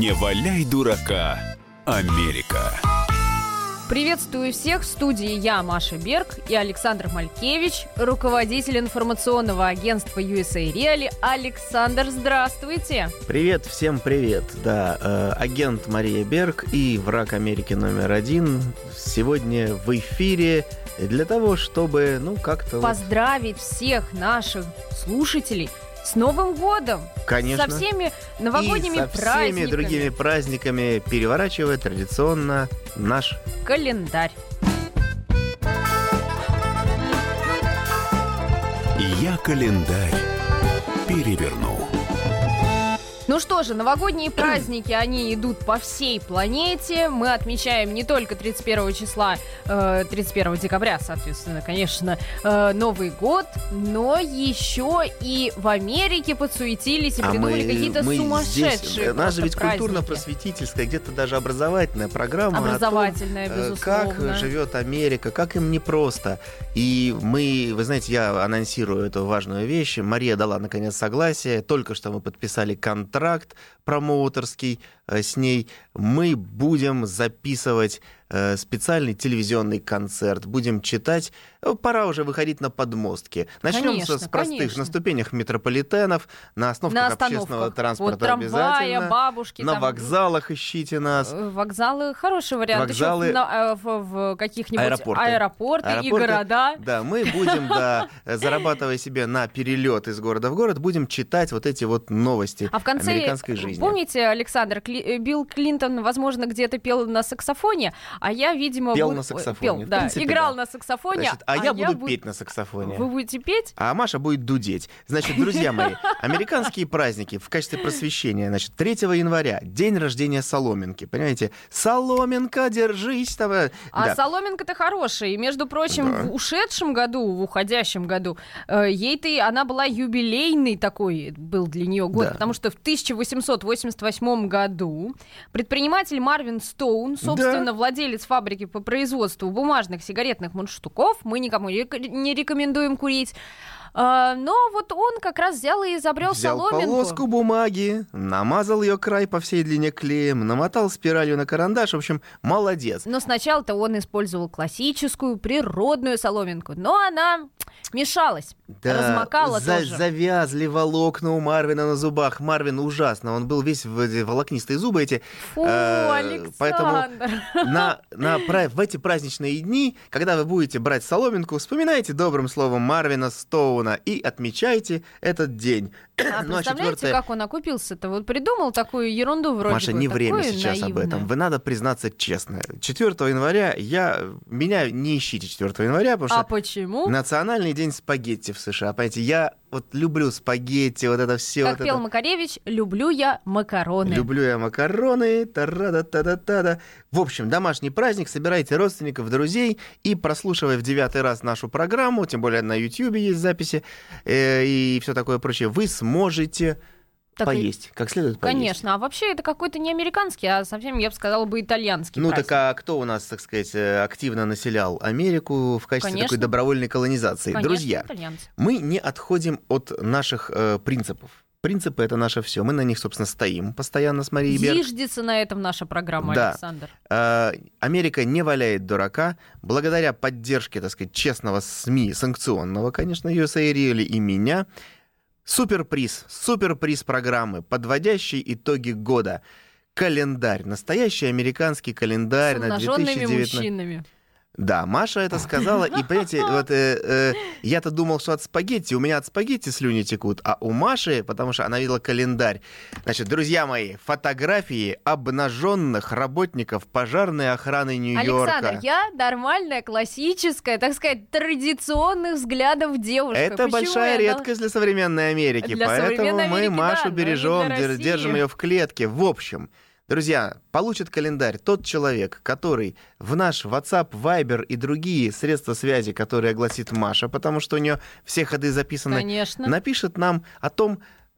Не валяй дурака, Америка. Приветствую всех, в студии я, Маша Берг, и Александр Малькевич, руководитель информационного агентства USA Reali. Александр, здравствуйте. Привет, всем привет. Да, агент Мария Берг и враг Америки номер один сегодня в эфире для того, чтобы, как-то... Поздравить всех наших слушателей с Новым годом! Конечно. Со всеми новогодними праздниками. И со всеми другими праздниками, переворачивая традиционно наш календарь. Я календарь переверну. Ну что же, новогодние праздники, они идут по всей планете. Мы отмечаем не только 31 декабря, соответственно, конечно, Новый год, но еще и в Америке подсуетились и придумали какие-то сумасшедшие. У нас же ведь праздники. Культурно-просветительская, где-то даже образовательная программа. Образовательная, безусловно. Как живет Америка, как им непросто. И вы знаете, я анонсирую эту важную вещь. Мария дала, наконец, согласие. Только что мы подписали контракт промоутерский с ней. Мы будем записывать специальный телевизионный концерт, будем читать. Пора уже выходить на подмостки. Начнем с простых, на ступенях метрополитенов, на остановках общественного транспорта трамвая, бабушки. На вокзалах ищите нас. Вокзалы хороший вариант. Вокзалы, в каких-нибудь аэропорты и города. Да, мы будем, зарабатывая себе на перелет из города в город, будем читать вот эти вот новости американской жизни. Помните, Александр, Билл Клинтон, возможно, где-то пел на саксофоне, а я, видимо... Пел на саксофоне. Играл на саксофоне. Значит, я буду петь на саксофоне. Вы будете петь? А Маша будет дудеть. Значит, друзья мои, американские праздники в качестве просвещения. Значит, 3 января, день рождения Соломинки. Понимаете? Соломинка, держись. Соломинка-то хорошая. И, между прочим, в уходящем году, она была юбилейный такой, был для нее год, потому что в 1888 году предприниматель Марвин Стоун, собственно, владелец фабрики по производству бумажных сигаретных мундштуков, мы никому не рекомендуем курить, но вот он как раз взял и изобрел соломинку. Взял полоску бумаги, намазал ее край по всей длине клеем, намотал спиралью на карандаш, в общем, молодец. Но сначала-то он использовал классическую природную соломинку, но она мешалась, размокала тоже. Завязли волокна у Марвина на зубах. Марвин ужасно, он был весь в волокнистые зубы эти. Фу, Александр! Поэтому в эти праздничные дни, когда вы будете брать соломинку, вспоминайте добрым словом Марвина Стоуна и отмечайте этот день. Представляете, как он окупился-то? Вот придумал такую ерунду вроде Маша, бы. не время сейчас наивное. об этом. Вы надо признаться честно. 4 января меня не ищите 4 января, потому что... почему? Национальный день спагетти в США. Понимаете, я люблю спагетти, вот это все. Как пел Макаревич, люблю я макароны. Люблю я макароны. Та-ра-да-та-да-та-да. В общем, домашний праздник. Собирайте родственников, друзей и, прослушивая в 9-й раз нашу программу, тем более на YouTube есть записи и все такое прочее, вы сможете поесть, как следует поесть. Конечно, а вообще это какой-то не американский, а совсем, я бы сказала, итальянский праздник. Так а кто у нас, так сказать, активно населял Америку в качестве такой добровольной колонизации? Конечно, друзья, итальянцы. Мы не отходим от наших принципов. Принципы — это наше все. Мы на них, собственно, стоим постоянно с Марией Берг. Зиждется на этом наша программа, Александр. Америка не валяет дурака. Благодаря поддержке, так сказать, честного СМИ, санкционного, конечно, USA Reali и меня, суперприз программы, подводящий итоги года. Календарь, настоящий американский календарь на 2019. мужчинами. Да, Маша это сказала, и, понимаете, я-то думал, что от спагетти, у меня от спагетти слюни текут, а у Маши, потому что она видела календарь. Значит, друзья мои, фотографии обнаженных работников пожарной охраны Нью-Йорка. Александр, я нормальная, классическая, так сказать, традиционных взглядов девушка. Это большая редкость для современной Америки, поэтому мы Машу бережем, держим ее в клетке. В общем... Друзья, получит календарь тот человек, который в наш WhatsApp, Viber и другие средства связи, которые огласит Маша, потому что у нее все ходы записаны, Конечно. напишет нам о том,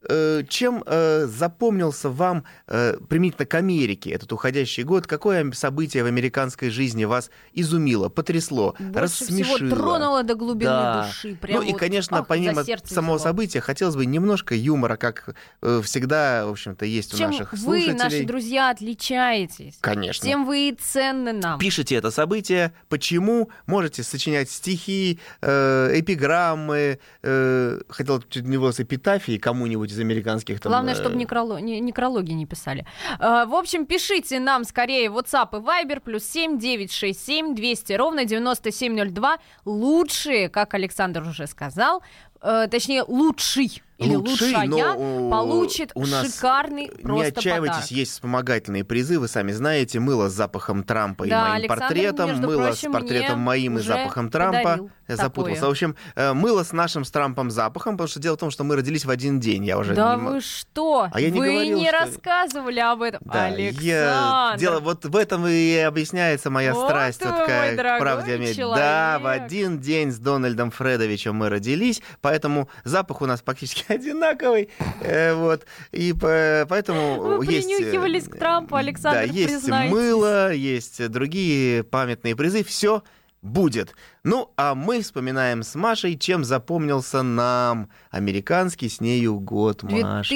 чем запомнился вам применительно к Америке этот уходящий год? Какое событие в американской жизни вас изумило, потрясло, рассмешило? Всего тронуло до глубины души. Прям и, конечно, помимо самого события, хотелось бы немножко юмора, как всегда, в общем-то, есть у наших слушателей. Чем вы, наши друзья, отличаетесь? Конечно. Тем вы и ценны нам. Пишите это событие, почему, можете сочинять стихи, эпиграммы, хотел чуть не волос эпитафии кому-нибудь из американских. Главное, чтобы некрологи не писали. В общем, пишите нам скорее WhatsApp и Viber +7 967 200 ровно 9702. Лучшие, как Александр уже сказал, точнее, лучший или лучшая получит шикарный просто не отчаивайтесь, подарок. Есть вспомогательные призы, вы сами знаете, мыло с запахом Трампа и моим Александр, портретом, мыло с портретом моим и запахом Трампа. Я запутался. В общем, мыло с нашим с Трампом запахом, потому что дело в том, что мы родились в один день. Я уже вы что? Я не говорил, не рассказывали об этом, да, Александр. Дело вот в этом и объясняется моя страсть вот к правде. Да, в один день с Дональдом Фредовичем мы родились, поэтому запах у нас практически одинаковый, вот, и поэтому вы принюхивались к Трампу, Александр, да, есть признайтесь. мыло, есть другие памятные призы, все будет. Ну, а мы вспоминаем с Машей, чем запомнился нам американский с нею год, Маша.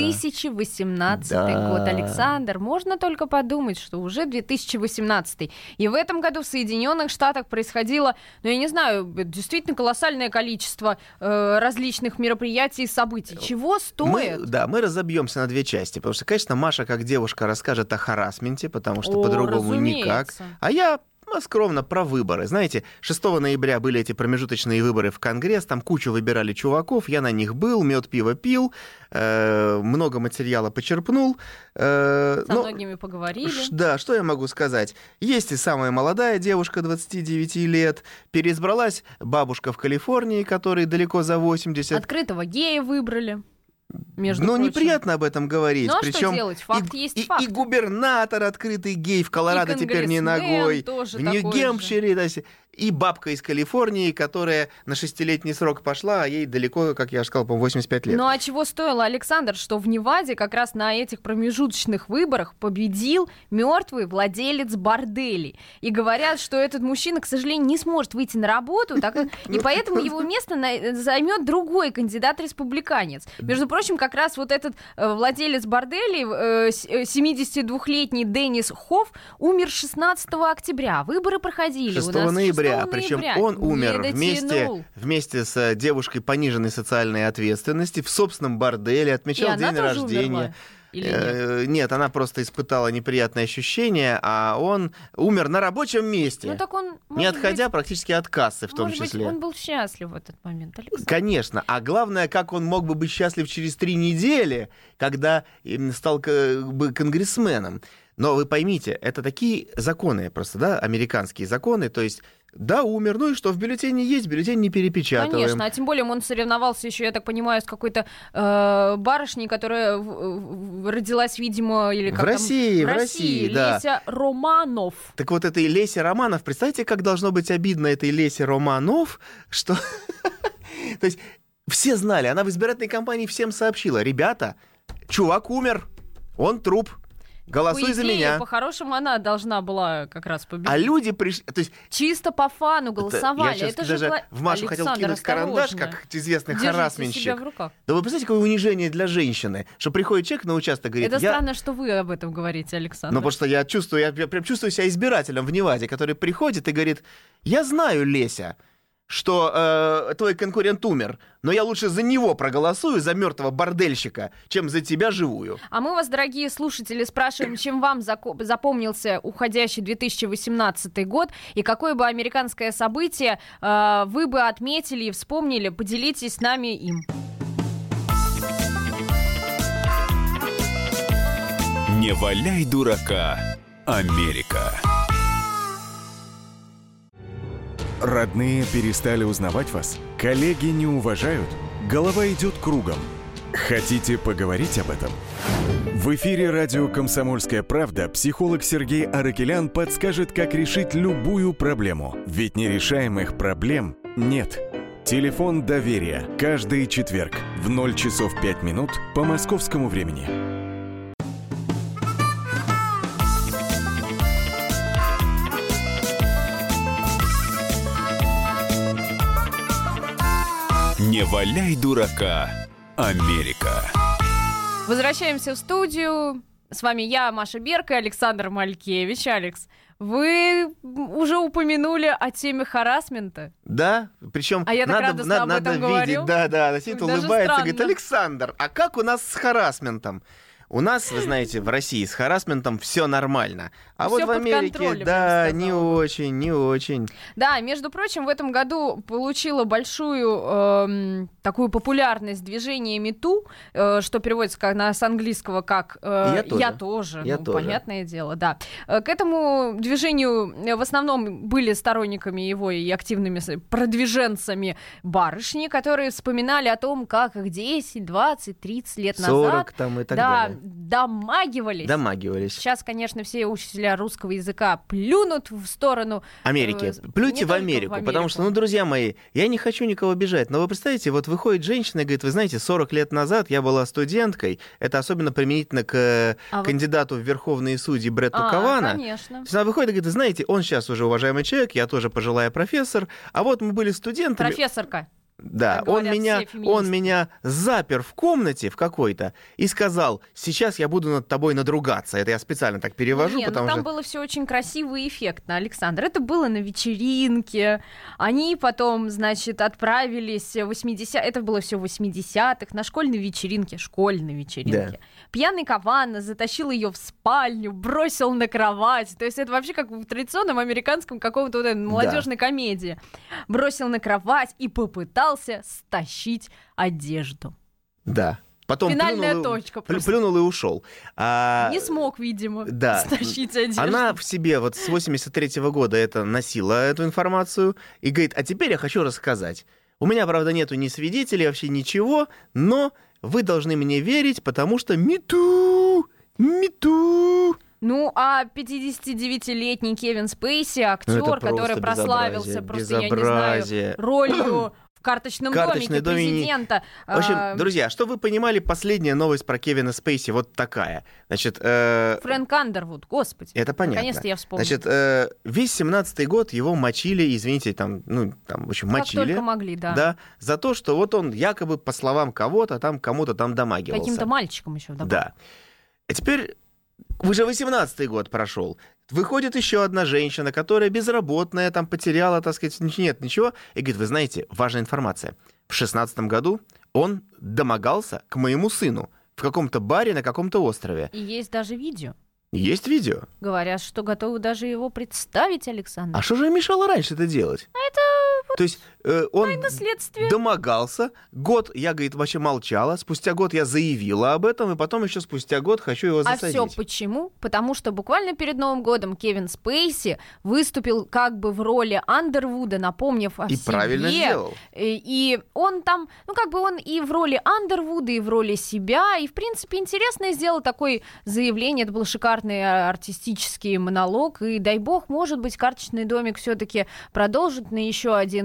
2018 год, Александр. Можно только подумать, что уже 2018. И в этом году в Соединенных Штатах происходило, я не знаю, действительно колоссальное количество различных мероприятий и событий. Чего стоит? Мы разобьемся на две части, потому что, конечно, Маша, как девушка, расскажет о харассменте, потому что по-другому никак. А я скромно про выборы. Знаете, 6 ноября были эти промежуточные выборы в Конгресс, там кучу выбирали чуваков, я на них был, мед, пиво пил, много материала почерпнул. Со многими поговорили. Да, что я могу сказать? Есть и самая молодая девушка, 29 лет, переизбралась бабушка в Калифорнии, которой далеко за 80. Открытого гея выбрали. Прочим. Неприятно об этом говорить. Ну, а причем что делать? Факт есть факт. И губернатор открытый гей в Колорадо теперь не ногой. В Нью-Гэмпшире. И бабка из Калифорнии, которая на 6-летний срок пошла, а ей далеко, как я сказал, по-моему, 85 лет. Ну а чего стоило, Александр, что в Неваде как раз на этих промежуточных выборах победил мертвый владелец борделей. И говорят, что этот мужчина, к сожалению, не сможет выйти на работу, и поэтому его место займет другой кандидат-республиканец. Между прочим, как раз вот этот владелец борделей, 72-летний Деннис Хофф, умер 16 октября. Выборы проходили 6 у нас ноября. Причем он умер вместе с девушкой пониженной социальной ответственности в собственном борделе, отмечал день рождения. Нет, она просто испытала неприятные ощущения, а он умер на рабочем месте, не отходя практически от кассы в том числе. Он был счастлив в этот момент, Александр. Конечно, а главное, как он мог бы быть счастлив через 3 недели, когда стал конгрессменом. Но вы поймите, это такие законы просто, да, американские законы, то есть да, умер, ну и что, в бюллетене есть, бюллетень не перепечатываем. Конечно, а тем более он соревновался еще, я так понимаю, с какой-то барышней, которая родилась, видимо, или как в России, да. Леся Романов. Так вот, этой Лесе Романов, представьте, как должно быть обидно этой Лесе Романов, что... То есть все знали, она в избирательной кампании всем сообщила: ребята, чувак умер, он труп. Голосуй за меня. По-хорошему, она должна была как раз победить. А люди пришли... То есть, чисто по фану голосовали. Я сейчас даже в Машу хотел кинуть карандаш, как известный харассменщик. Да вы представляете, какое унижение для женщины, что приходит человек на участок и говорит... Это странно, что вы об этом говорите, Александр. Ну, потому что я прям чувствую себя избирателем в Неваде, который приходит и говорит: я знаю, Леся, что твой конкурент умер, но я лучше за него проголосую, за мертвого бордельщика, чем за тебя живую. А мы вас, дорогие слушатели, спрашиваем, чем вам запомнился уходящий 2018 год, и какое бы американское событие вы бы отметили и вспомнили. Поделитесь с нами им. Не валяй дурака, Америка. Родные перестали узнавать вас? Коллеги не уважают? Голова идет кругом. Хотите поговорить об этом? В эфире радио «Комсомольская правда» психолог Сергей Аракелян подскажет, как решить любую проблему. Ведь нерешаемых проблем нет. Телефон доверия. Каждый четверг в 0 часов 5 минут по московскому времени. Не валяй дурака, Америка. Возвращаемся в студию. С вами я, Маша Берка и Александр Малькевич. Алекс, вы уже упомянули о теме харассмента. Да, причем я так радостно об этом говорю. Да, она сидит, улыбается, странно. говорит: Александр, а как у нас с харассментом? У нас, вы знаете, в России с харассментом все нормально. А Всё вот в Америке, да, не очень. Да, между прочим, в этом году получило большую такую популярность движение #MeToo, что переводится с английского как «Я тоже». Понятное дело, да. К этому движению в основном были сторонниками его и активными продвиженцами барышни, которые вспоминали о том, как их 10, 20, 30 лет назад 40 там и так далее. Домагивались. Сейчас, конечно, все учителя русского языка плюнут в сторону Америки. Плюйте в Америку, потому что, друзья мои, я не хочу никого обижать, но вы представьте, вот выходит женщина и говорит: вы знаете, 40 лет назад я была студенткой, это особенно применительно к кандидату в верховные судьи Бретту Кавано. Конечно. То есть она выходит и говорит: знаете, он сейчас уже уважаемый человек, я тоже пожилая профессор, а вот мы были студентами. Профессорка. Да, он меня запер в комнате в какой-то и сказал: сейчас я буду над тобой надругаться. Это я специально так перевожу, потому там что... было все очень красиво и эффектно, Александр. Это было на вечеринке. Они потом, значит, отправились в 80... Это было все в 80-х, на школьной вечеринке. Да. Пьяный Кавано затащил ее в спальню, бросил на кровать. То есть это вообще как в традиционном американском каком-то молодежной комедии. Бросил на кровать и попытался стащить одежду. Да. Потом финальная точка. Плюнул и ушел. Не смог, видимо, стащить одежду. Она в себе вот с 83-го года носила эту информацию и говорит: а теперь я хочу рассказать. У меня, правда, нету ни свидетелей, вообще ничего, но вы должны мне верить, потому что #MeToo. Ну, а 59-летний Кевин Спейси, актер, который прославился просто, я не знаю, ролью в «Карточном домике» президента. В общем, друзья, чтобы вы понимали, последняя новость про Кевина Спейси вот такая. Значит, Фрэнк Андервуд, господи. Это понятно. Наконец-то я вспомнил. Значит, весь 17-й год его мочили, извините, в общем, мочили. Как только могли, да. Да, за то, что вот он якобы, по словам кого-то, кому-то домагивался. Каким-то мальчиком еще добавил. Да. А теперь уже 18-й год прошел. Выходит еще одна женщина, которая безработная, потеряла, так сказать, ничего. И говорит: вы знаете, важная информация. В 16-м году он домогался к моему сыну в каком-то баре на каком-то острове. И есть даже видео. Есть видео. Говорят, что готовы даже его представить, Александр. А что же мешало раньше это делать? То есть он домогался, год я, говорит, вообще молчала, спустя год я заявила об этом, и потом еще спустя год хочу его засадить. А все почему? Потому что буквально перед Новым годом Кевин Спейси выступил как бы в роли Андервуда, напомнив о себе. И правильно сделал. И он там, он и в роли Андервуда, и в роли себя, и, в принципе, интересно сделал такое заявление, это был шикарный артистический монолог, и, дай бог, может быть, «Карточный домик» все-таки продолжит на еще один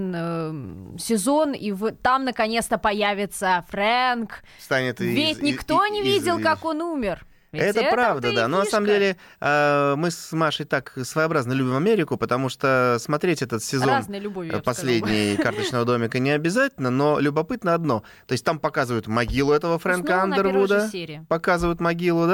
сезон, и там наконец-то появится Фрэнк. Ведь никто не видел, как он умер. Это правда, да. Но на самом деле мы с Машей так своеобразно любим Америку, потому что смотреть этот сезон последний «Карточного домика» не обязательно, но любопытно одно. То есть там показывают могилу этого Фрэнка Андервуда. Показывают могилу,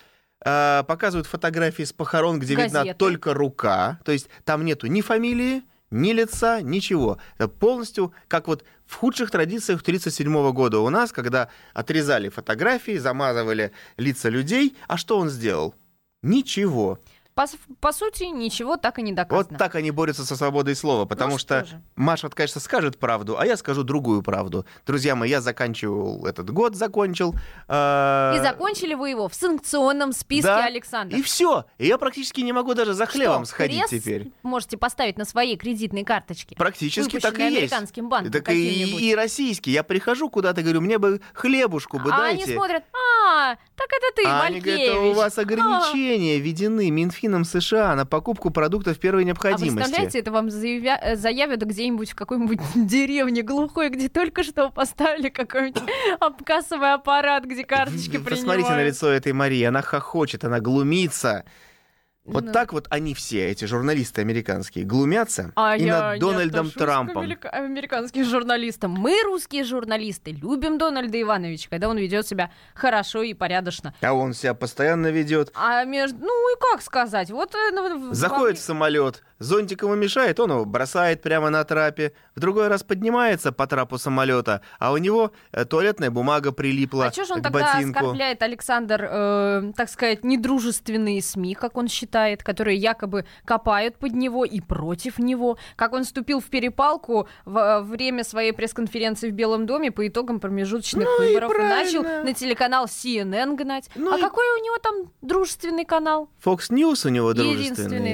да. Показывают фотографии с похорон, где видна только рука. То есть там нету ни фамилии, ни лица, ничего. Это полностью как вот в худших традициях 1937 года у нас, когда отрезали фотографии, замазывали лица людей. А что он сделал? Ничего. По сути, ничего так и не доказано. Вот так они борются со свободой слова, потому что Маша, конечно, скажет правду, а я скажу другую правду. Друзья мои, я закончил этот год, закончил. И закончили вы его в санкционном списке, да, Александр. И все. И я практически не могу даже за хлебом сходить теперь. Можете поставить на своей кредитной карточке. Практически так и есть. Американским банком так и российский. Я прихожу куда-то, говорю: мне бы хлебушку бы дайте. А они смотрят: так это ты, Малькевич. Они говорят: у вас ограничения введены, Минфин махинам США на покупку продуктов первой необходимости. А вы представляете, это вам заявят где-нибудь в какой-нибудь деревне глухой, где только что поставили какой-нибудь кассовый аппарат, где карточки принимают. Посмотрите на лицо этой Марии, она хохочет, она глумится. Вот так вот они все, эти журналисты американские, глумятся и над Дональдом Трампом. К американским журналистам. Мы, русские журналисты, любим Дональда Ивановича, когда он ведет себя хорошо и порядочно. А он себя постоянно ведет. Ну и как сказать? Заходит в самолет, зонтиком ему мешает, он его бросает прямо на трапе. В другой раз поднимается по трапу самолета, а у него туалетная бумага прилипла к ботинку. А что же он тогда оскорбляет, Александр, так сказать, недружественные СМИ, как он считает, которые якобы копают под него и против него, как он вступил в перепалку во время своей пресс-конференции в Белом доме по итогам промежуточных выборов и начал на телеканал CNN гнать. Какой у него там дружественный канал? Fox News у него дружественный.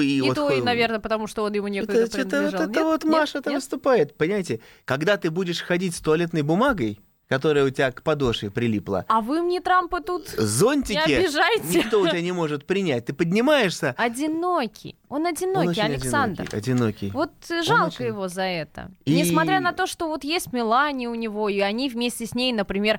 И наверное, потому что он ему некогда принадлежал. Это вот Маша-то выступает, понимаете? Когда ты будешь ходить с туалетной бумагой, которая у тебя к подошве прилипла. А вы мне Трампа тут зонтики не обижайте. Никто у тебя не может принять. Ты поднимаешься. Одинокий. Он одинокий, Александр. Одинокий. Вот жалко его за это. Несмотря на то, что вот есть Мелания у него, и они вместе с ней, например,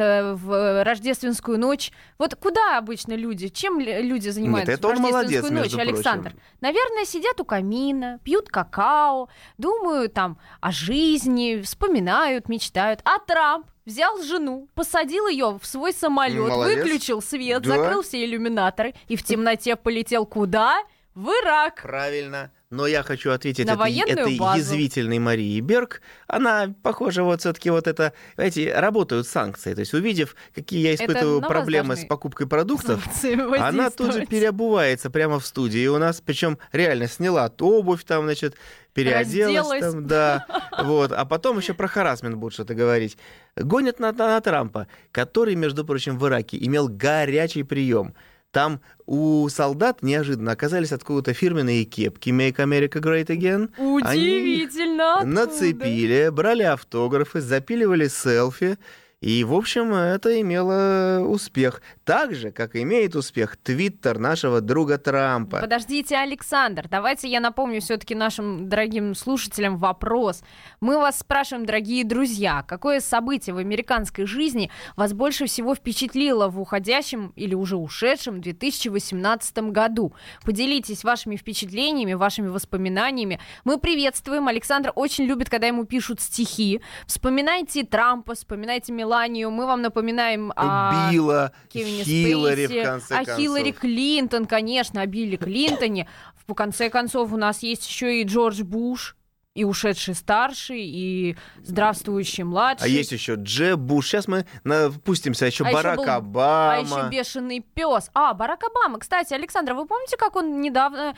в рождественскую ночь. Вот куда обычно люди? Чем люди занимаются в рождественскую ночь, Александр? Наверное, сидят у камина, пьют какао, думают там о жизни, вспоминают, мечтают. А Трамп взял жену, посадил ее в свой самолет, выключил свет, закрыл все иллюминаторы и в темноте полетел куда? В Ирак. Правильно. Но я хочу ответить на этой язвительной Марии Берг. Она, похоже, вот все-таки вот это, знаете, работают санкции. То есть, увидев, какие я испытываю проблемы с покупкой продуктов, она тут же переобувается прямо в студии у нас. Причем реально сняла обувь там, значит, переоделась там, да. Вот. А потом еще про харассмент будут что-то говорить. Гонят на Трампа, который, между прочим, в Ираке имел горячий прием. Там у солдат неожиданно оказались откуда-то фирменные кепки «Make America Great Again». Удивительно! Они нацепили, брали автографы, запиливали селфи. И, в общем, это имело успех. Так же, как имеет успех твиттер нашего друга Трампа. Подождите, Александр, давайте я напомню все-таки нашим дорогим слушателям вопрос. Мы вас спрашиваем, дорогие друзья, какое событие в американской жизни вас больше всего впечатлило в уходящем или уже ушедшем 2018 году? Поделитесь вашими впечатлениями, вашими воспоминаниями. Мы приветствуем. Александр очень любит, когда ему пишут стихи. Вспоминайте Трампа, вспоминайте Меланию. Мы вам напоминаем о Билла, Кевине Хиллари, Спейси, в конце концов. о Хиллари Клинтон, конечно, о Билли Клинтоне. В конце концов, у нас есть еще и Джордж Буш, и ушедший старший, и здравствующий младший. А есть еще Джеб Буш. Сейчас мы пустимся. Еще Барак Обама. А еще бешеный пес. Барак Обама. Кстати, Александр, вы помните, как он недавно,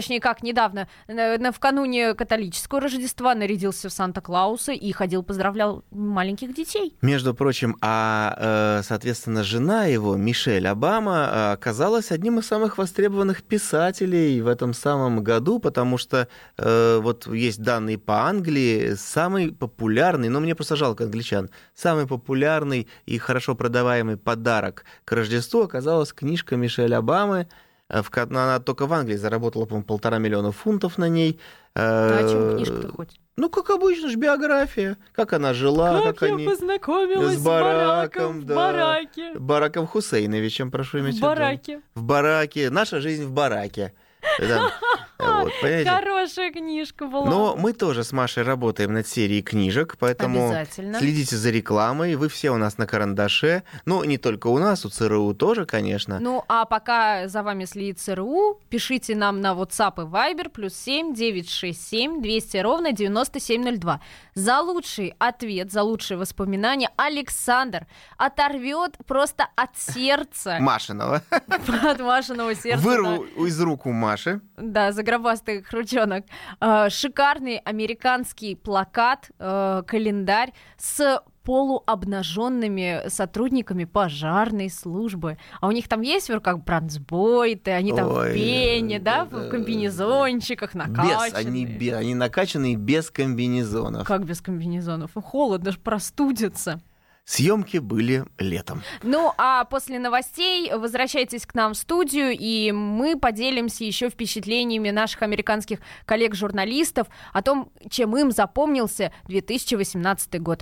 вкануне католического Рождества нарядился в Санта-Клауса и ходил, поздравлял маленьких детей? Между прочим, соответственно, жена его, Мишель Обама, оказалась одним из самых востребованных писателей в этом самом году, потому что вот есть данные по Англии, самый популярный, но мне просто жалко англичан, самый популярный и хорошо продаваемый подарок к Рождеству оказалась книжка Мишель Обамы. Она только в Англии заработала, по-моему, 1,5 миллиона фунтов на ней. А о чем книжка-то хоть? Ну, как обычно же, биография. Как она жила, как я они... познакомилась с Бараком в бараке. Бараком Хусейновичем, прошу иметь в виду. В бараке. В бараке. Наша жизнь в бараке. Вот, хорошая книжка была. Но мы тоже с Машей работаем над серией книжек, поэтому следите за рекламой. Вы все у нас на карандаше. Ну, не только у нас, у ЦРУ тоже, конечно. Ну, а пока за вами следит ЦРУ, пишите нам на WhatsApp и Viber +7 967 200 ровно 9702. За лучший ответ, за лучшие воспоминания Александр оторвет просто от сердца. Машиного. От Машиного сердца. Вырву из рук у Маши. Да, загробастых ручонок. Шикарный американский плакат, календарь с полуобнаженными сотрудниками пожарной службы. А у них там есть в руках бронзбойты, они там в пене, да, в комбинезончиках накачанные. Они накачанные без комбинезонов. Как без комбинезонов? Холодно ж, простудятся. Съемки были летом. Ну, а после новостей возвращайтесь к нам в студию, и мы поделимся еще впечатлениями наших американских коллег-журналистов о том, чем им запомнился 2018 год.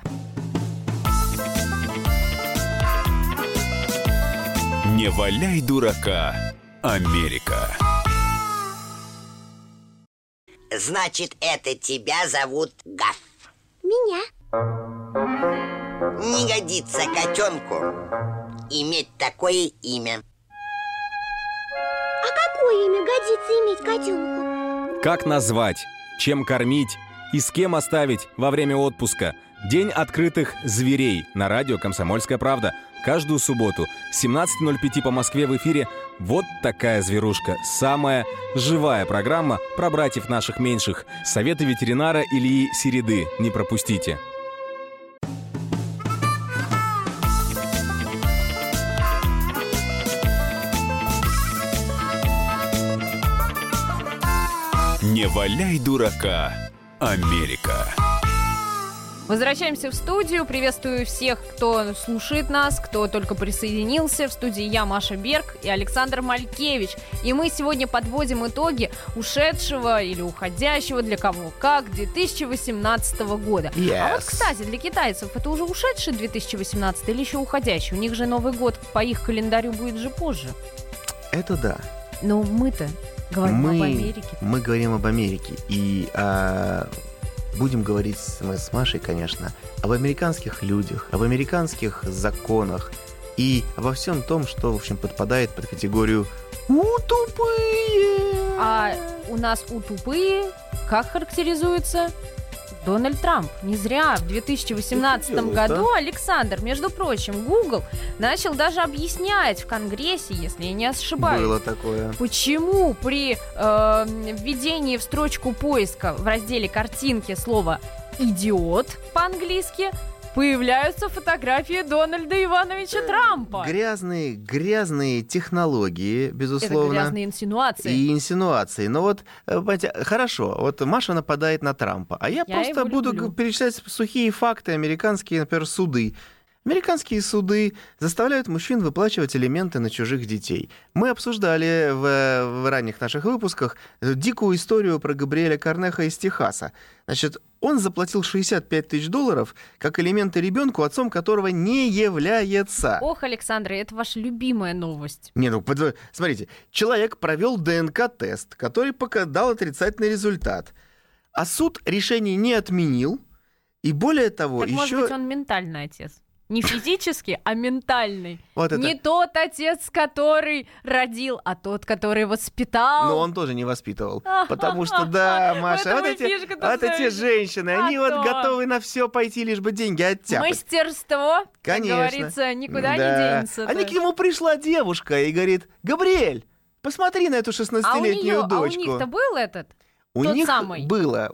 Не валяй дурака, Америка. Значит, это тебя зовут Гаф. Меня. Не годится котенку иметь такое имя. А какое имя годится иметь котенку? Как назвать, чем кормить и с кем оставить во время отпуска? День открытых зверей на радио «Комсомольская правда». Каждую субботу с 17:05 по Москве в эфире «Вот такая зверушка». Самая живая программа про братьев наших меньших. Советы ветеринара Ильи Середы. Не пропустите. Не валяй дурака, Америка. Возвращаемся в студию. Приветствую всех, кто слушает нас, кто только присоединился. В студии я, Маша Берг, и Александр Малькевич. И мы сегодня подводим итоги ушедшего или уходящего, для кого как, 2018 года. Yes. А вот, кстати, для китайцев это уже ушедший 2018 или еще уходящий? У них же Новый год по их календарю будет же позже. Это да. Но мы-то говорим об Америке. Мы говорим об Америке. И будем говорить мы с Машей, конечно, об американских людях, об американских законах и обо всем том, что, в общем, подпадает под категорию «у-тупые». А у нас «у-тупые» как характеризуется? Дональд Трамп. Не зря в 2018 году, Александр, между прочим, Google начал даже объяснять в Конгрессе, если я не ошибаюсь. Было такое. Почему при введении в строчку поиска в разделе «Картинки» слова «идиот» по-английски появляются фотографии Дональда Ивановича Трампа. Грязные технологии, безусловно. Это грязные инсинуации. И инсинуации. Но вот, понимаете, хорошо, вот Маша нападает на Трампа, а я просто буду перечислять сухие факты американские, например, суды. Американские суды заставляют мужчин выплачивать алименты на чужих детей. Мы обсуждали в ранних наших выпусках эту дикую историю про Габриэля Корнеха из Техаса. Значит, он заплатил $65 тысяч как алименты ребенку, отцом которого не является. Ох, Александр, это ваша любимая новость. Не, ну, смотрите, человек провел ДНК-тест, который дал отрицательный результат. А суд решение не отменил. И более того, так, еще... может быть, он ментальный отец. Не физически, а ментальный. Вот это. Не тот отец, который родил, а тот, который воспитал. Но он тоже не воспитывал. Потому что, да, Маша, вот эти женщины, они вот готовы на все пойти, лишь бы деньги оттяпать. Мастерство, конечно, как говорится, никуда не денется. А к нему пришла девушка и говорит: Габриэль, посмотри на эту 16-летнюю дочку. А у них-то был этот? У них было.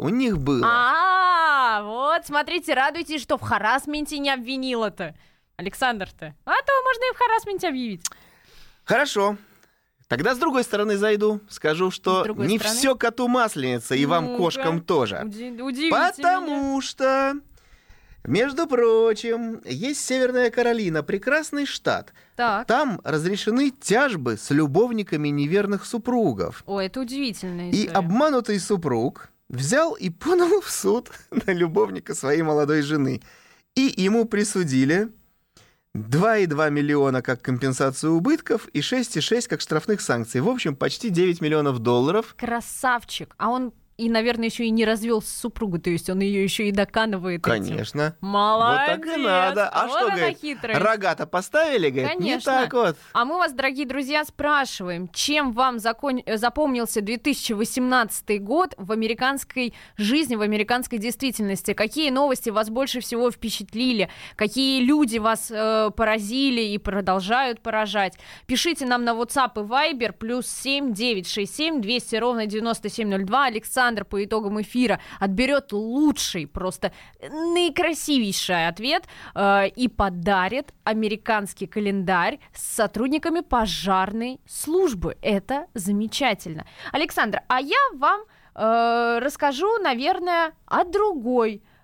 Вот, смотрите, радуйтесь, что в харассменте не обвинила-то. Александр-то. А то можно и в харассменте объявить. Хорошо. Тогда с другой стороны зайду. Скажу, что не все коту масленица, и вам, кошкам, тоже. Потому что, между прочим, есть Северная Каролина, прекрасный штат. Так. Там разрешены тяжбы с любовниками неверных супругов. Ой, это удивительная история. И обманутый супруг взял и подал в суд на любовника своей молодой жены. И ему присудили 2,2 миллиона как компенсацию убытков и 6,6 как штрафных санкций. В общем, почти $9 миллионов. Красавчик. А он... И, наверное, еще и не развел супругу, то есть он ее еще и доканывает. Конечно. Этим. Молодец. Вот так и надо. А вот что, говорит, рога-то поставили, говорит? Конечно. Не так вот. А мы вас, дорогие друзья, спрашиваем, чем вам запомнился 2018 год в американской жизни, в американской действительности? Какие новости вас больше всего впечатлили? Какие люди вас поразили и продолжают поражать? Пишите нам на WhatsApp и Viber +7 967 200 9702. Александр по итогам эфира отберет лучший, просто наикрасивейший ответ и подарит американский календарь с сотрудниками пожарной службы. Это замечательно. Александр, а я вам расскажу, наверное, о другой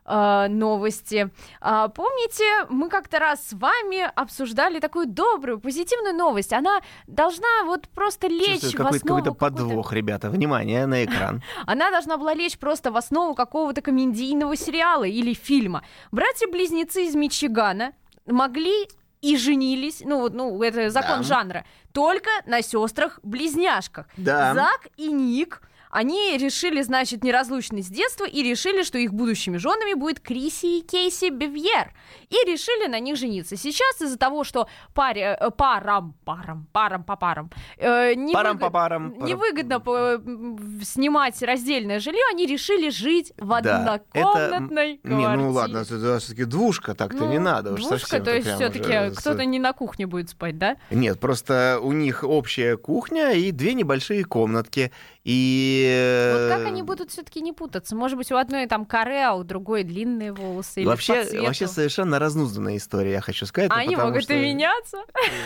новости. Помните, мы как-то раз с вами обсуждали такую добрую, позитивную новость. Она должна вот просто лечь в основу... Какой-то подвох, ребята. Внимание на экран. Она должна была лечь просто в основу какого-то комедийного сериала или фильма. Братья-близнецы из Мичигана могли и женились, это закон жанра, только на сестрах-близняшках. Да. Зак и Ник, они решили, значит, неразлучны с детства и решили, что их будущими женами будет Криси и Кейси Бевьер. И решили на них жениться. Сейчас из-за того, что парам невыгодно снимать раздельное жилье, они решили жить в однокомнатной квартире. Ну ладно, это все-таки двушка, так-то не надо. Двушка, то есть все-таки кто-то не на кухне будет спать, да? Нет, просто у них общая кухня и 2 небольшие комнатки. И... Вот как они будут все-таки не путаться? Может быть, у одной там каре, а у другой длинные волосы или вообще совершенно разнузданная история, я хочу сказать. Они могут и меняться.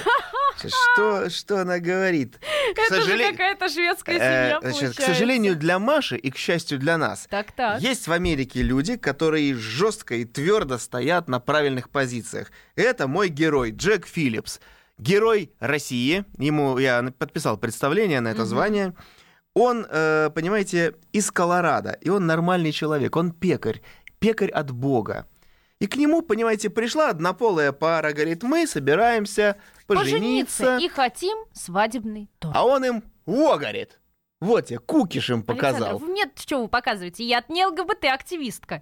Что она говорит? Это же какая-то шведская семья, получается. К сожалению, для Маши и, к счастью, для нас, есть в Америке люди, которые жестко и твердо стоят на правильных позициях. Это мой герой, Джек Филлипс. Герой России. Ему я подписал представление на это звание. Он, понимаете, из Колорадо, и он нормальный человек, он пекарь от Бога. И к нему, понимаете, пришла однополая пара, говорит, мы собираемся пожениться. И хотим свадебный торт. А он им, говорит, вот я кукиш им показал. Александр, мне что вы показываете? Я не ЛГБТ-активистка.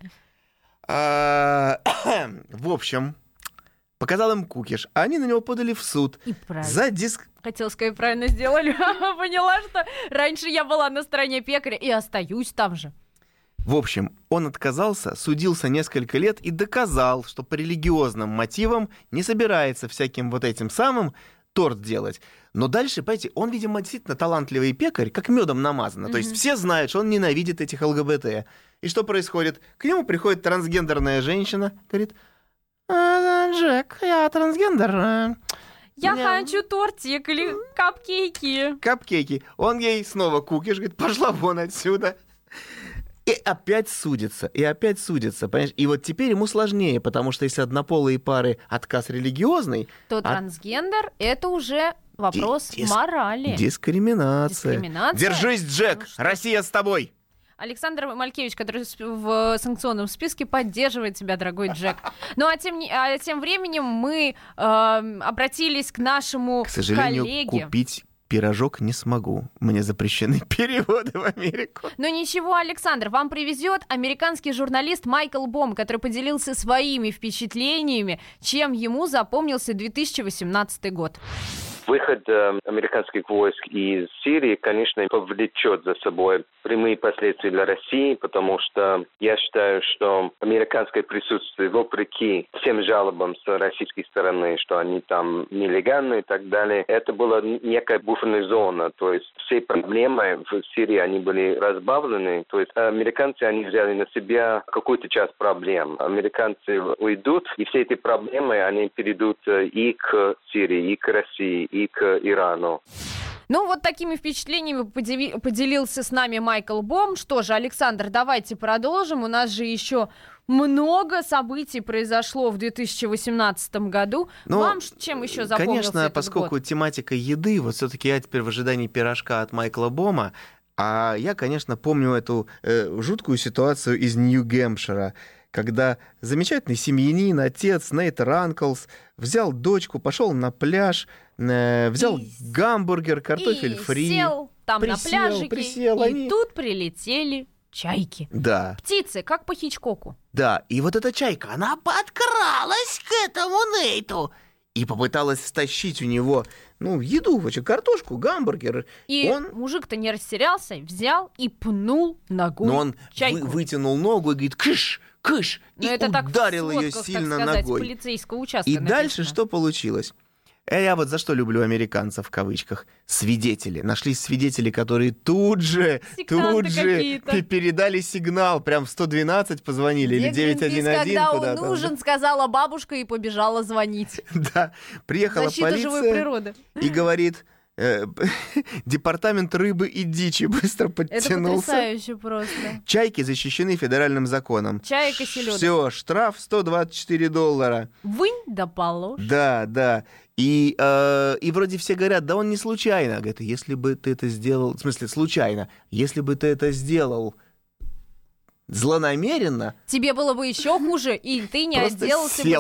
В общем... Показал им кукиш, а они на него подали в суд. И правильно. За диск... Хотела сказать, правильно сделали. Поняла, что раньше я была на стороне пекаря и остаюсь там же. В общем, он отказался, судился несколько лет и доказал, что по религиозным мотивам не собирается всяким вот этим самым торт делать. Но дальше, понимаете, он, видимо, действительно талантливый пекарь, как медом намазано. То есть все знают, что он ненавидит этих ЛГБТ. И что происходит? К нему приходит трансгендерная женщина, говорит... Джек, я трансгендер. Я хочу тортик или капкейки. Капкейки. Он ей снова кукиш, говорит, пошла вон отсюда. И опять судится, понимаешь? И вот теперь ему сложнее, потому что если однополые пары отказ религиозный... То трансгендер — это уже вопрос морали. Дискриминация. Держись, Джек, Россия с тобой. Александр Малькевич, который в санкционном списке, поддерживает тебя, дорогой Джек. Ну а тем временем мы обратились к нашему коллеге. К сожалению, купить пирожок не смогу. Мне запрещены переводы в Америку. Но ничего, Александр, вам привезет американский журналист Майкл Бом, который поделился своими впечатлениями, чем ему запомнился 2018 год. Выход американских войск из Сирии, конечно, повлечет за собой прямые последствия для России, потому что я считаю, что американское присутствие, вопреки всем жалобам с российской стороны, что они там нелегальные и так далее, это была некая буферная зона. То есть все проблемы в Сирии, они были разбавлены. То есть американцы, они взяли на себя какую-то часть проблем. Американцы уйдут, и все эти проблемы, они перейдут и к Сирии, и к России, и к Ирану. Ну, вот такими впечатлениями поделился с нами Майкл Бом. Что же, Александр, давайте продолжим. У нас же еще много событий произошло в 2018 году. Вам чем еще запомнился конечно, этот поскольку год? Тематика еды, вот все-таки я теперь в ожидании пирожка от Майкла Бома, а я, конечно, помню эту жуткую ситуацию из Нью-Гэмпшира, когда замечательный семьянин, отец Нейт Ранклс взял дочку, пошел на пляж, взял гамбургер, картофель фри. Сел там на пляжике, и тут прилетели чайки. Да. Птицы, как по Хичкоку. Да, и вот эта чайка, она подкралась к этому Нейту и попыталась стащить у него, еду, картошку, гамбургер. И мужик-то не растерялся, взял и пнул ногой чайку. Но он вытянул ногу и говорит, кыш, и это ударил ее сильно ногой. Полицейского участка и написано. Дальше что получилось? Я вот за что люблю американцев, в кавычках. Свидетели. Нашлись свидетели, которые тут же передали сигнал. Прям в 112 позвонили или 911 когда куда-то. он нужен, сказала бабушка и побежала звонить. Да. Приехала Защита полиция живой природы. И говорит, Департамент рыбы и дичи быстро подтянулся. Это потрясающе просто. Чайки защищены федеральным законом. Чайка селёдка. Все, штраф $124. Вынь да положь. Да. И вроде все говорят, да он не случайно. Говорят, если бы ты это сделал... В смысле, случайно. Если бы ты это сделал злонамеренно... Тебе было бы еще хуже, и ты не отделался бы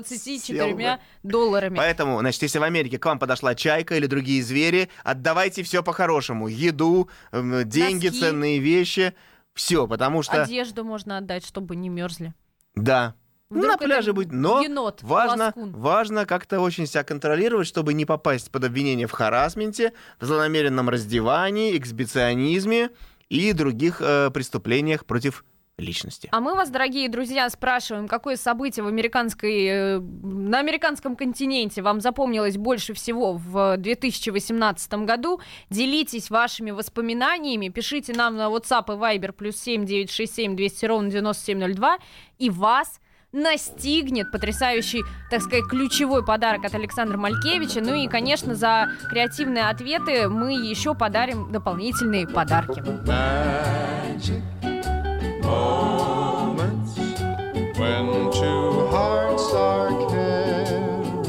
$124. Поэтому, значит, если в Америке к вам подошла чайка или другие звери, отдавайте все по-хорошему. Еду, деньги, носки, ценные вещи. Все, потому что... Одежду можно отдать, чтобы не мерзли. Да. Вдруг на пляже быть, но енот, важно как-то очень себя контролировать, чтобы не попасть под обвинение в харассменте, в злонамеренном раздевании, эксгибиционизме и других преступлениях против личности. А мы вас, дорогие друзья, спрашиваем, какое событие на американском континенте вам запомнилось больше всего в 2018 году. Делитесь вашими воспоминаниями, пишите нам на WhatsApp и Viber +7 967 200 9702, и вас настигнет потрясающий, так сказать, ключевой подарок от Александра Малькевича. Ну и, конечно, за креативные ответы мы еще подарим дополнительные подарки. Moments when two hearts are caring,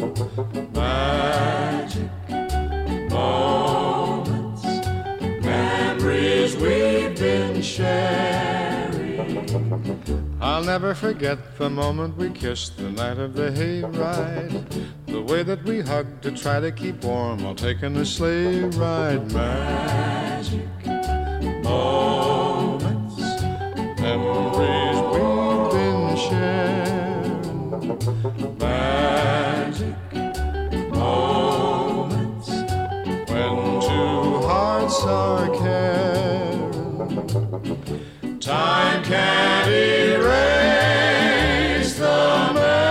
magic moments, memories we've been sharing. I'll never forget the moment we kissed the night of the hayride, the way that we hugged to try to keep warm while taking a sleigh ride. Magic moments, memories we've been sharing. Magic moments when two hearts are caring. Time can't erase the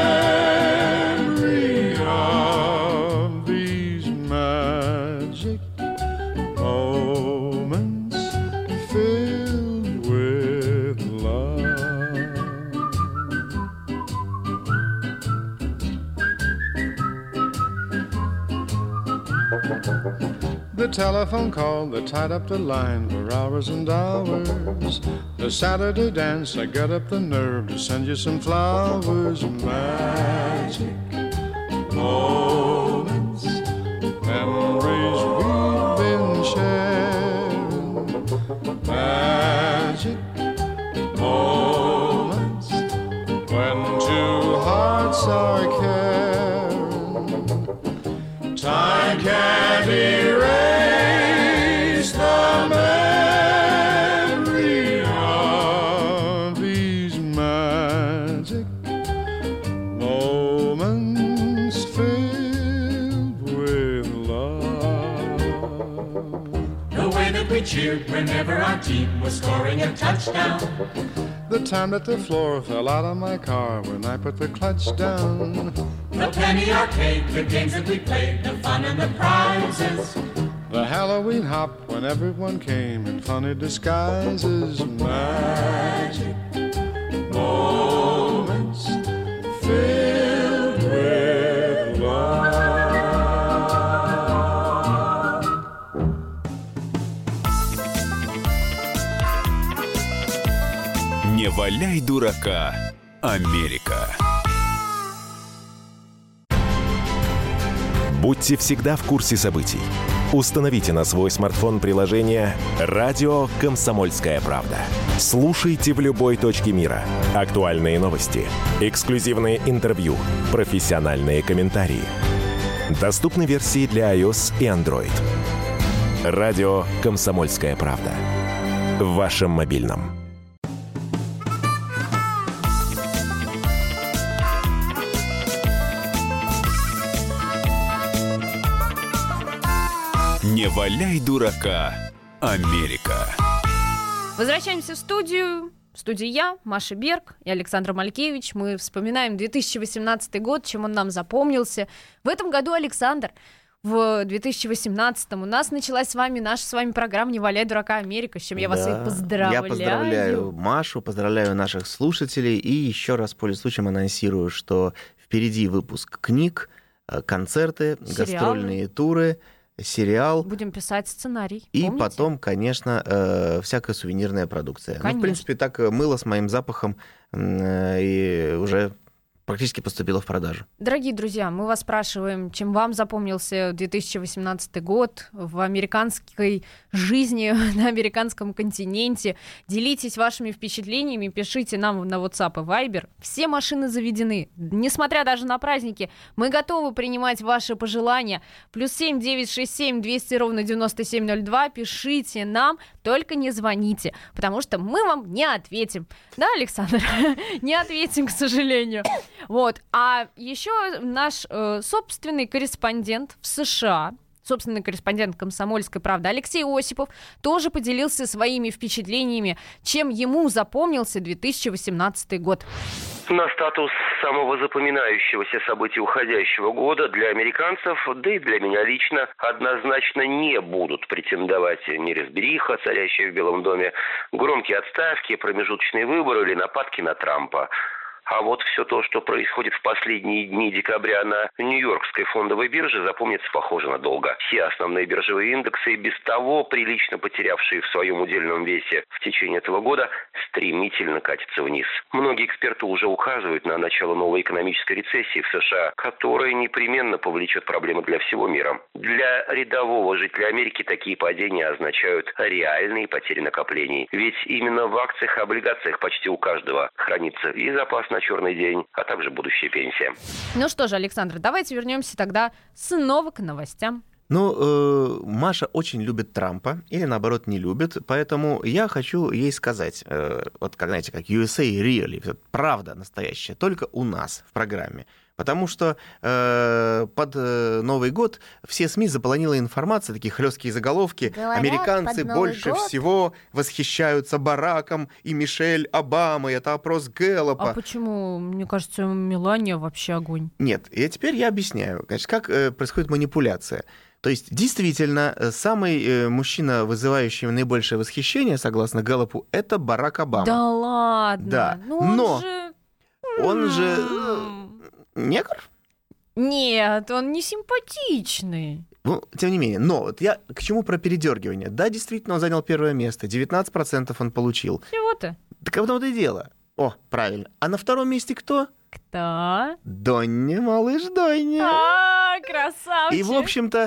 memory of these magic moments filled with love. The telephone call that tied up the line for hours and hours. The Saturday dance, I got up the nerve to send you some flowers. Magic moments, memories we've been sharing. Magic moments when two hearts are caring. Time can't erase the memory of these magic moments filled with love. The way that we cheered whenever our team was scoring a touchdown. The time that the floor fell out of my car when I put the clutch down. The penny arcade, the games that we played, the fun and the prizes. The Halloween hop when everyone came in funny disguises. Magic moments filled with love. Не валяй дурака, Америка. Будьте всегда в курсе событий. Установите на свой смартфон приложение «Радио Комсомольская правда». Слушайте в любой точке мира. Актуальные новости, эксклюзивные интервью, профессиональные комментарии. Доступны версии для iOS и Android. «Радио Комсомольская правда». В вашем мобильном. Не валяй дурака, Америка. Возвращаемся в студию. В студии я, Маша Берг и Александр Малькевич. Мы вспоминаем 2018 год, чем он нам запомнился. В этом году, Александр, в 2018-м у нас началась наша с вами программа «Не валяй дурака, Америка», с чем я вас и поздравляю. Я поздравляю Машу, поздравляю наших слушателей и еще раз, пользуясь случаем, анонсирую, что впереди выпуск книг, концерты, гастрольные туры. сериал. Будем писать сценарий. И помните? потом, конечно, всякая сувенирная продукция. Конечно. Ну, в принципе, так мыло с моим запахом и уже практически поступило в продажу. Дорогие друзья, мы вас спрашиваем, чем вам запомнился 2018 год в американской жизни, на американском континенте. Делитесь вашими впечатлениями, пишите нам на WhatsApp и Viber. Все машины заведены, несмотря даже на праздники. Мы готовы принимать ваши пожелания. +7 967 200 9702. Пишите нам, только не звоните, потому что мы вам не ответим. Да, Александр? Не ответим, к сожалению. Вот. А еще наш собственный корреспондент в США, собственный корреспондент «Комсомольской правды» Алексей Осипов тоже поделился своими впечатлениями, чем ему запомнился 2018 год. На статус самого запоминающегося события уходящего года для американцев, да и для меня лично, однозначно не будут претендовать неразбериха, царящая в Белом доме, громкие отставки, промежуточные выборы или нападки на Трампа. А вот все то, что происходит в последние дни декабря на Нью-Йоркской фондовой бирже, запомнится, похоже, надолго. Все основные биржевые индексы, и без того прилично потерявшие в своем удельном весе в течение этого года, стремительно катятся вниз. Многие эксперты уже указывают на начало новой экономической рецессии в США, которая непременно повлечет проблемы для всего мира. Для рядового жителя Америки такие падения означают реальные потери накоплений. Ведь именно в акциях и облигациях почти у каждого хранится и запас на черный день, а также будущая пенсия. Ну что же, Александр, давайте вернемся тогда снова к новостям. Ну, Маша очень любит Трампа, или наоборот не любит, поэтому я хочу ей сказать, вот как, знаете, как USA Really, правда настоящая, только у нас в программе. Потому что под Новый год все СМИ заполонила информация, такие хлесткие заголовки. Говорят, американцы больше всего восхищаются Бараком и Мишель Обамой. Это опрос Гэллопа. А почему? Мне кажется, Мелания вообще огонь. Нет, и теперь я объясняю, значит, как происходит манипуляция. То есть, действительно, самый мужчина, вызывающий наибольшее восхищение, согласно Гэллопу, это Барак Обама. Да ладно? Да. Но он же негр? Нет, он не симпатичный. Ну, тем не менее. Но вот я к чему про передергивание? Да, действительно, он занял первое место. 19% он получил. Чего-то? Так в том-то и дело. О, правильно. А на втором месте кто? Кто? Донни, малыш Донни. Красавчик. И, в общем-то,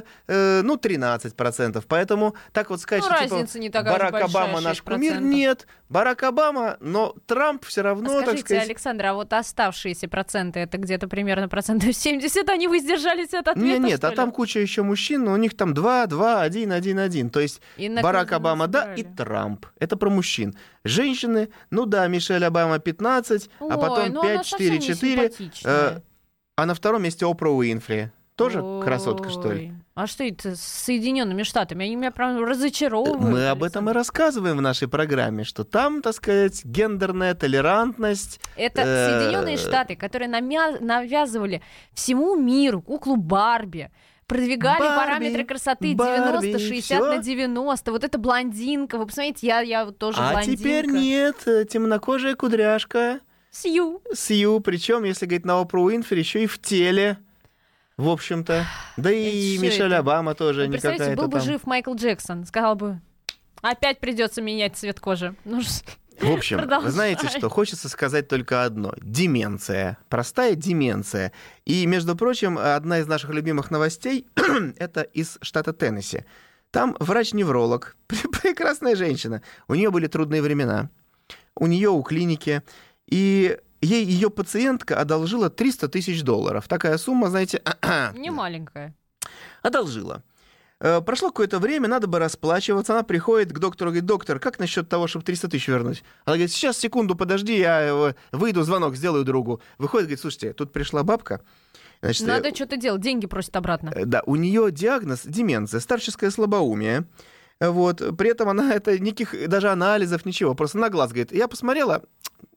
13%. Поэтому так вот сказать, что типа, не такая Барак большая, Обама наш 6%. кумир, нет. Барак Обама, но Трамп все равно, Скажите, так сказать... Александр, а вот оставшиеся проценты, это где-то примерно 70%, они воздержались от ответа, Нет, что а ли? там куча еще мужчин, но у них там 2, 2, 1, 1, 1. То есть Барак Обама, да, и Трамп. Это про мужчин. Женщины, ну да, Мишель Обама 15, а потом 5, 4, 4. А на втором месте Опра Уинфри. Тоже красотка, что ли? А что это с Соединенными Штатами? Они меня прям разочаровывают. Мы об этом и рассказываем в нашей программе, что там, так сказать, гендерная толерантность. Это Соединенные Штаты, которые навязывали всему миру куклу Барби. Продвигали параметры красоты 90-60/90. Вот эта блондинка. Вы посмотрите, я вот тоже блондинка. А теперь нет, темнокожая кудряшка. Сью. Причем, если говорить на Опру Уинфри, еще и в теле. В общем-то. Да и Мишель Обама тоже не какая-то там. Представляете, был бы жив Майкл Джексон, сказал бы, опять придется менять цвет кожи. В общем, вы знаете что, хочется сказать только одно. Деменция. Простая деменция. И, между прочим, одна из наших любимых новостей это из штата Теннесси. Там врач-невролог, прекрасная женщина. У нее были трудные времена. У нее у клиники. И ей ее пациентка одолжила $300 тысяч. Такая сумма, знаете... Не маленькая. Одолжила. Прошло какое-то время, надо бы расплачиваться. Она приходит к доктору, говорит, доктор, как насчет того, чтобы 300 тысяч вернуть? Она говорит, сейчас, секунду, подожди, я выйду, звонок сделаю другу. Выходит, говорит, слушайте, тут пришла бабка. Значит, надо что-то делать, деньги просит обратно. Да, у нее диагноз деменция, старческое слабоумие. Вот. При этом она никаких даже анализов, ничего, просто на глаз говорит, я посмотрела,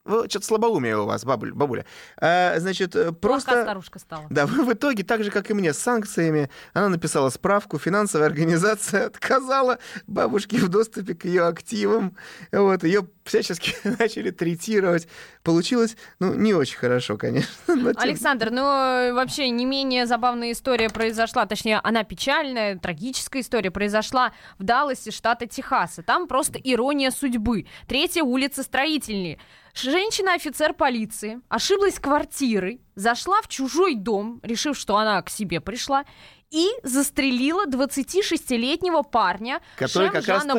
что-то слабоумие у вас, бабуля. Значит, просто... Плохая старушка стала. Да, в итоге, так же, как и мне, с санкциями, она написала справку, финансовая организация отказала бабушке в доступе к ее активам. Вот, ее всячески начали третировать. Получилось, не очень хорошо, конечно. Александр, вообще не менее забавная история произошла, точнее, она печальная, трагическая история произошла в Далласе, штата Техаса. Там просто ирония судьбы. 3-я улица Строительной. Женщина-офицер полиции ошиблась квартирой, зашла в чужой дом, решив, что она к себе пришла, и застрелила 26-летнего парня, который как раз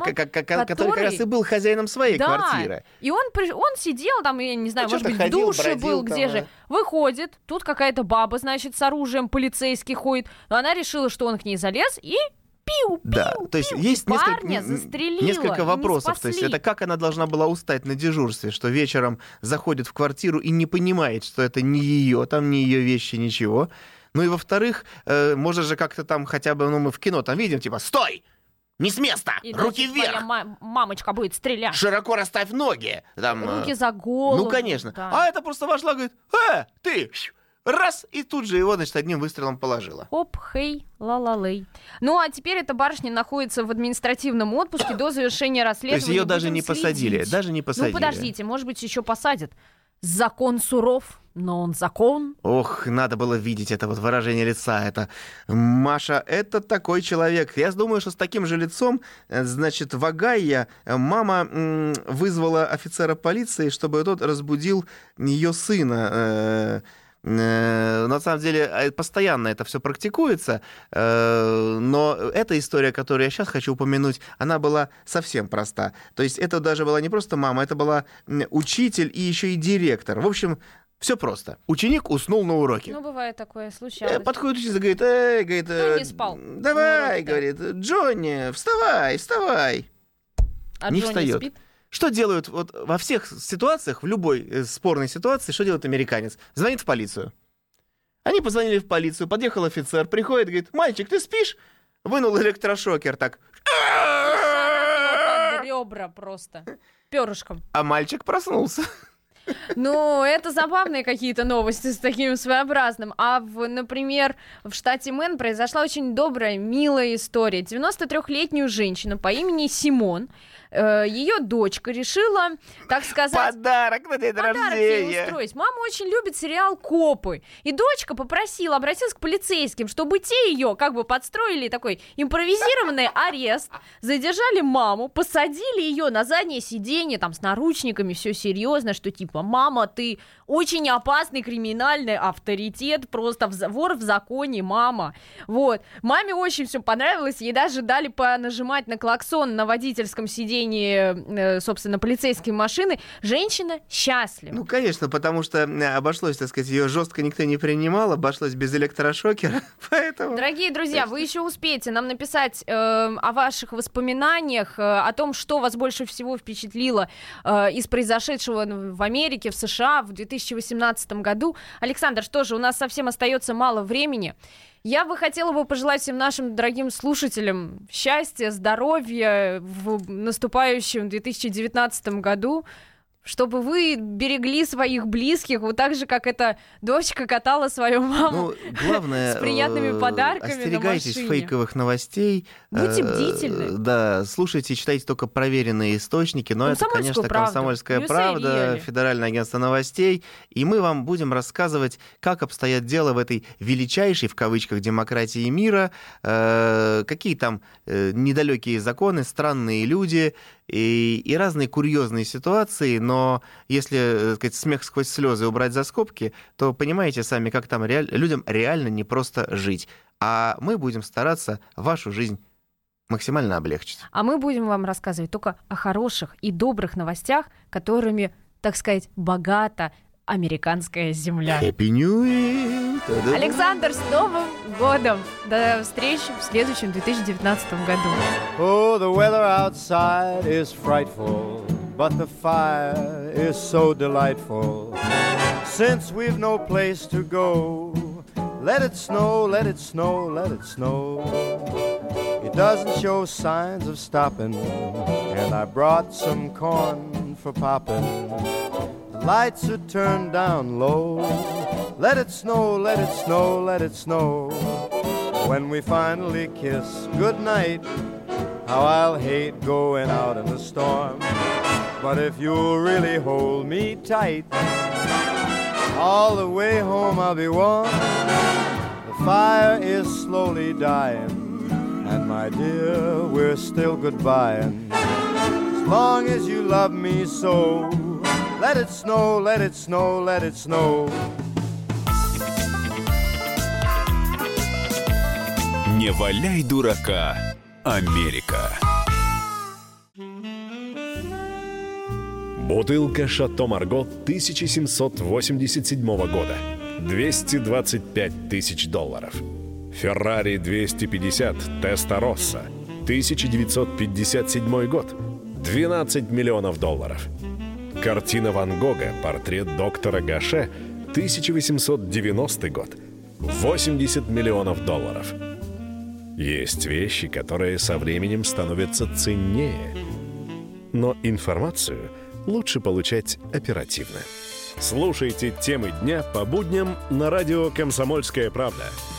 и был хозяином своей квартиры. И он сидел там, я не знаю, может быть, в душе был, где же. Выходит, тут какая-то баба, значит, с оружием, полицейский ходит. Но она решила, что он к ней залез и... Да, то есть есть несколько вопросов. То есть это как она должна была устать на дежурстве, что вечером заходит в квартиру и не понимает, что это не ее, там не ее вещи, ничего. Ну и во-вторых, можно же как-то там хотя бы, мы в кино там видим, типа, стой! Не с места! Руки вверх! Мамочка будет стрелять. Широко расставь ноги! Руки за голову. Ну, конечно. Да. А это просто вошла, говорит, ты! Раз, и тут же его, значит, одним выстрелом положила. Оп, хей, ла-ла-лей. Ну, а теперь эта барышня находится в административном отпуске до завершения расследования. То есть ее даже не посадили, Ну, подождите, может быть, еще посадят. Закон суров, но он закон. Ох, надо было видеть это вот выражение лица. Это Маша, это такой человек. Я думаю, что с таким же лицом, значит, в Огайо мама вызвала офицера полиции, чтобы тот разбудил ее сына. На самом деле, постоянно это все практикуется, но эта история, которую я сейчас хочу упомянуть, она была совсем проста. То есть это даже была не просто мама, это была учитель и еще и директор. В общем, все просто. Ученик уснул на уроке. Ну, бывает такое, случалось. Подходит учитель, говорит, не спал. Давай, говорит, Джонни, вставай. А не Джонни встает. Спит? Что делают вот во всех ситуациях, в любой спорной ситуации, что делает американец? Звонит в полицию. Они позвонили в полицию, подъехал офицер, приходит, говорит, мальчик, ты спишь? Вынул электрошокер так. Под ребра просто. Перышком. А мальчик проснулся. Ну, это забавные какие-то новости с таким своеобразным. А, например, в штате Мэн произошла очень добрая, милая история. 93-летнюю женщину по имени Симон, ее дочка решила, так сказать... Подарок на день рождения. Ей устроить. Мама очень любит сериал «Копы». И дочка обратилась к полицейским, чтобы те ее как бы подстроили такой импровизированный арест, задержали маму, посадили ее на заднее сиденье, там, с наручниками, все серьезно, что типа, мама, ты очень опасный криминальный авторитет, просто вор в законе, мама. Вот. Маме очень все понравилось, ей даже дали понажимать на клаксон на водительском сиденье, собственно, полицейской машины. Женщина счастлива. Ну, конечно, потому что обошлось, так сказать, ее жестко никто не принимал, обошлось без электрошокера, поэтому... Дорогие друзья, вы еще успеете нам написать о ваших воспоминаниях, о том, что вас больше всего впечатлило из произошедшего в Америке, в США в 2018 году. Александр, что же, у нас совсем остается мало времени. Я бы хотела пожелать всем нашим дорогим слушателям счастья, здоровья в наступающем 2019 году, чтобы вы берегли своих близких, вот так же, как эта дочка катала свою маму, главное, с приятными подарками на машине. Остерегайтесь фейковых новостей. Будьте бдительны. Да, слушайте и читайте только проверенные источники, но это, конечно, «Комсомольская правда», Федеральное агентство новостей, и мы вам будем рассказывать, как обстоят дела в этой величайшей, в кавычках, демократии мира, какие там недалекие законы, странные люди и разные курьезные ситуации, но если, так сказать, смех сквозь слезы убрать за скобки, то понимаете сами, как там людям реально не просто жить. А мы будем стараться вашу жизнь максимально облегчить. А мы будем вам рассказывать только о хороших и добрых новостях, которыми, так сказать, богата американская земля. Happy New Year! Александр, с Новым годом! До встречи в следующем 2019 году. Oh, the weather outside is frightful, but the fire is so delightful. Since we've no place to go, let it snow, let it snow, let it snow. It doesn't show signs of stopping, and I brought some corn for popping. lights are turned down low. Let it snow, let it snow, let it snow. When we finally kiss goodnight, how I'll hate going out in the storm. But if you'll really hold me tight, all the way home I'll be warm. The fire is slowly dying, and my dear, we're still goodbying. As long as you love me so, let it snow, let it snow, let it snow. Не валяй дурака, Америка. Бутылка «Шато Марго» 1787 года. $225 тысяч. Феррари 250 Теста-Росса, 1957 год. $12 миллионов. Картина Ван Гога «Портрет доктора Гаше», 1890 год. $80 миллионов. Есть вещи, которые со временем становятся ценнее. Но информацию лучше получать оперативно. Слушайте темы дня по будням на радио «Комсомольская правда».